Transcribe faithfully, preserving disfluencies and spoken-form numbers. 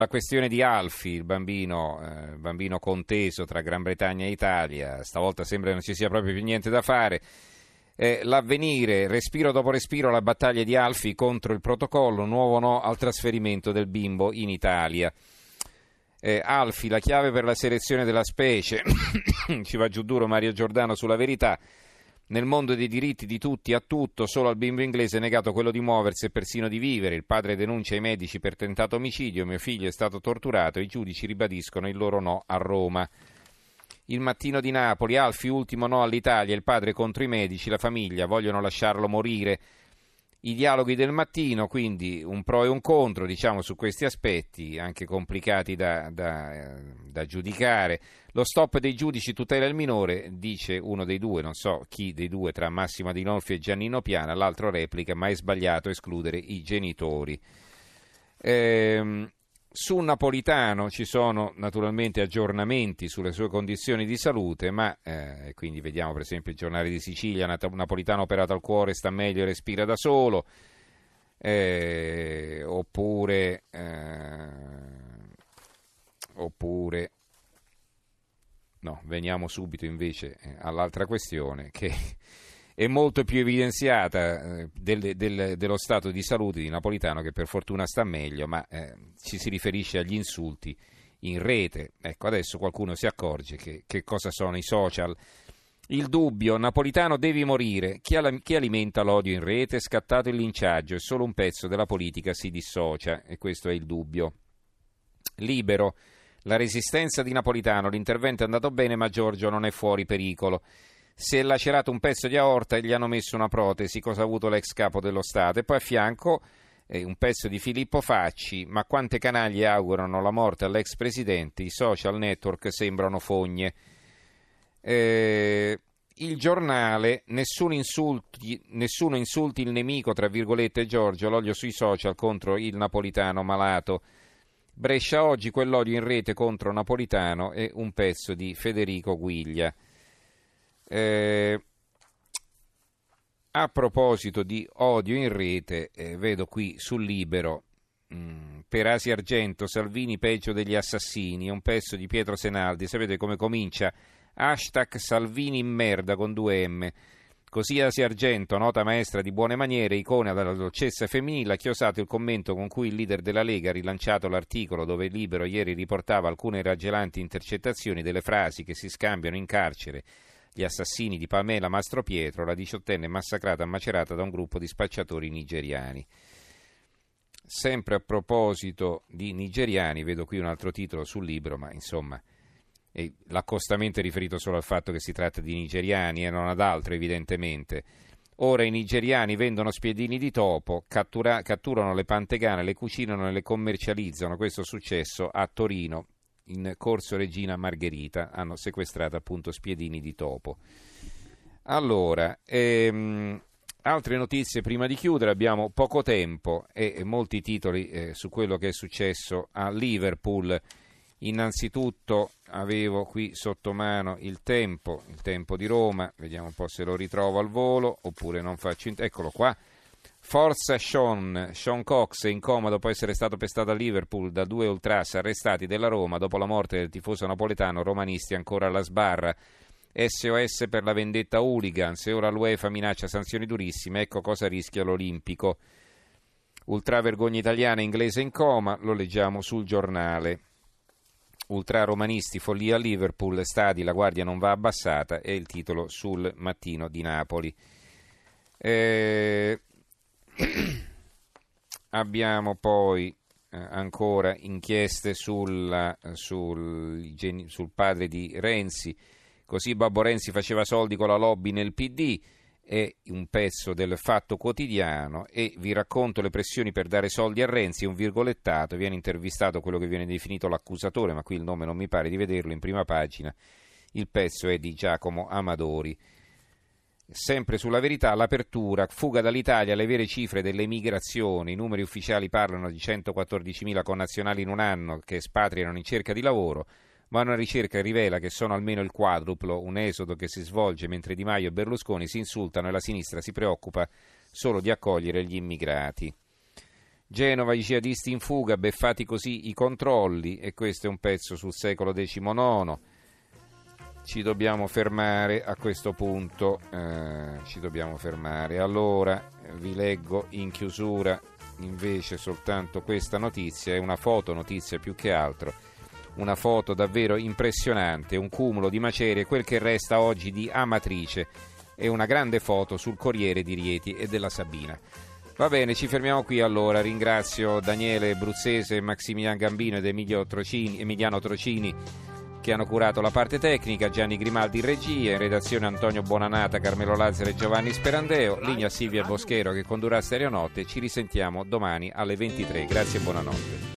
La questione di Alfie, il bambino, eh, bambino conteso tra Gran Bretagna e Italia, stavolta sembra che non ci sia proprio più niente da fare. Eh, l'Avvenire, respiro dopo respiro, la battaglia di Alfie contro il protocollo, nuovo no al trasferimento del bimbo in Italia. Eh, Alfie, la chiave per la selezione della specie, ci va giù duro Mario Giordano sulla Verità. Nel mondo dei diritti di tutti a tutto, solo al bimbo inglese è negato quello di muoversi e persino di vivere. Il padre denuncia i medici per tentato omicidio, mio figlio è stato torturato, i giudici ribadiscono il loro no a Roma. Il Mattino di Napoli, Alfie ultimo no all'Italia, il padre contro i medici, la famiglia, vogliono lasciarlo morire. I dialoghi del Mattino, quindi un pro e un contro, diciamo, su questi aspetti, anche complicati da, da, da giudicare. Lo stop dei giudici tutela il minore, dice uno dei due, non so chi dei due, tra Massimo Adinolfi e Giannino Piana, l'altro replica, ma è sbagliato escludere i genitori. Ehm... Su Napolitano ci sono naturalmente aggiornamenti sulle sue condizioni di salute, ma eh, quindi vediamo per esempio il Giornale di Sicilia, Napolitano operato al cuore, sta meglio e respira da solo, eh, oppure, eh, oppure, no, veniamo subito invece all'altra questione che è molto più evidenziata eh, del, del, dello stato di salute di Napolitano, che per fortuna sta meglio, ma eh, ci si riferisce agli insulti in rete. Ecco, adesso qualcuno si accorge che, che cosa sono i social. Il dubbio, Napolitano devi morire, chi, alla, chi alimenta l'odio in rete, è scattato il linciaggio, e solo un pezzo della politica si dissocia, e questo è il dubbio. Libero, la resistenza di Napolitano, l'intervento è andato bene ma Giorgio non è fuori pericolo. Si è lacerato un pezzo di aorta e gli hanno messo una protesi, cosa ha avuto l'ex capo dello Stato. E poi a fianco eh, un pezzo di Filippo Facci, ma quante canaglie augurano la morte all'ex presidente, i social network sembrano fogne. Eh, il Giornale, nessuno insulti, nessuno insulti il nemico, tra virgolette Giorgio, l'odio sui social contro il Napolitano malato. Brescia Oggi, quell'odio in rete contro Napolitano, e un pezzo di Federico Guiglia. Eh, a proposito di odio in rete, eh, vedo qui sul Libero, mh, per Asia Argento, Salvini peggio degli assassini, un pezzo di Pietro Senaldi. Sapete come comincia? Hashtag Salvini in merda con due M. Così Asia Argento, nota maestra di buone maniere, icona della dolcezza femminile, ha chiosato il commento con cui il leader della Lega ha rilanciato l'articolo dove il Libero ieri riportava alcune raggelanti intercettazioni delle frasi che si scambiano in carcere gli assassini di Pamela Mastropietro, la diciottenne massacrata e macerata da un gruppo di spacciatori nigeriani. Sempre a proposito di nigeriani, vedo qui un altro titolo sul Libro, ma insomma eh, l'accostamento è riferito solo al fatto che si tratta di nigeriani e non ad altro evidentemente. Ora i nigeriani vendono spiedini di topo, cattura, catturano le pantegane, le cucinano e le commercializzano. Questo è successo a Torino. In Corso Regina Margherita hanno sequestrato appunto spiedini di topo. Allora, ehm, altre notizie prima di chiudere, abbiamo poco tempo e, e molti titoli eh, su quello che è successo a Liverpool. Innanzitutto avevo qui sotto mano il Tempo, il Tempo di Roma, vediamo un po' se lo ritrovo al volo oppure non faccio in... eccolo qua. Forza Sean, Sean Cox è in coma dopo essere stato pestato a Liverpool da due ultras arrestati della Roma dopo la morte del tifoso napoletano, romanisti ancora alla sbarra. S O S per la vendetta hooligans, e ora l'UEFA minaccia sanzioni durissime, ecco cosa rischia l'Olimpico. Ultra vergogna italiana, inglese in coma, lo leggiamo sul Giornale. Ultra romanisti, follia a Liverpool, stadi, la guardia non va abbassata, è il titolo sul Mattino di Napoli. Eh... Abbiamo poi eh, ancora inchieste sulla, sul, sul padre di Renzi, così Babbo Renzi faceva soldi con la lobby nel P D, è un pezzo del Fatto Quotidiano, e vi racconto le pressioni per dare soldi a Renzi, un virgolettato, viene intervistato quello che viene definito l'accusatore, ma qui il nome non mi pare di vederlo in prima pagina, il pezzo è di Giacomo Amadori. Sempre sulla Verità, l'apertura, fuga dall'Italia, le vere cifre delle migrazioni, i numeri ufficiali parlano di centoquattordicimila connazionali in un anno che espatriano in cerca di lavoro, ma una ricerca rivela che sono almeno il quadruplo, un esodo che si svolge mentre Di Maio e Berlusconi si insultano e la sinistra si preoccupa solo di accogliere gli immigrati. Genova, i jihadisti in fuga, beffati così i controlli, e questo è un pezzo sul secolo diciannove. Ci dobbiamo fermare a questo punto, eh, ci dobbiamo fermare. Allora vi leggo in chiusura invece soltanto questa notizia, è una fotonotizia più che altro, una foto davvero impressionante, un cumulo di macerie, quel che resta oggi di Amatrice, e una grande foto sul Corriere di Rieti e della Sabina. Va bene, ci fermiamo qui allora. Ringrazio Daniele Bruzzese, Maximiliano Gambino ed Emilio Trocini, Emiliano Trocini, che hanno curato la parte tecnica, Gianni Grimaldi in regia, in redazione Antonio Buonanata, Carmelo Lazzaro e Giovanni Sperandeo, linea Silvia Boschero che condurrà Stereonotte. Ci risentiamo domani alle ventitré. Grazie e buonanotte.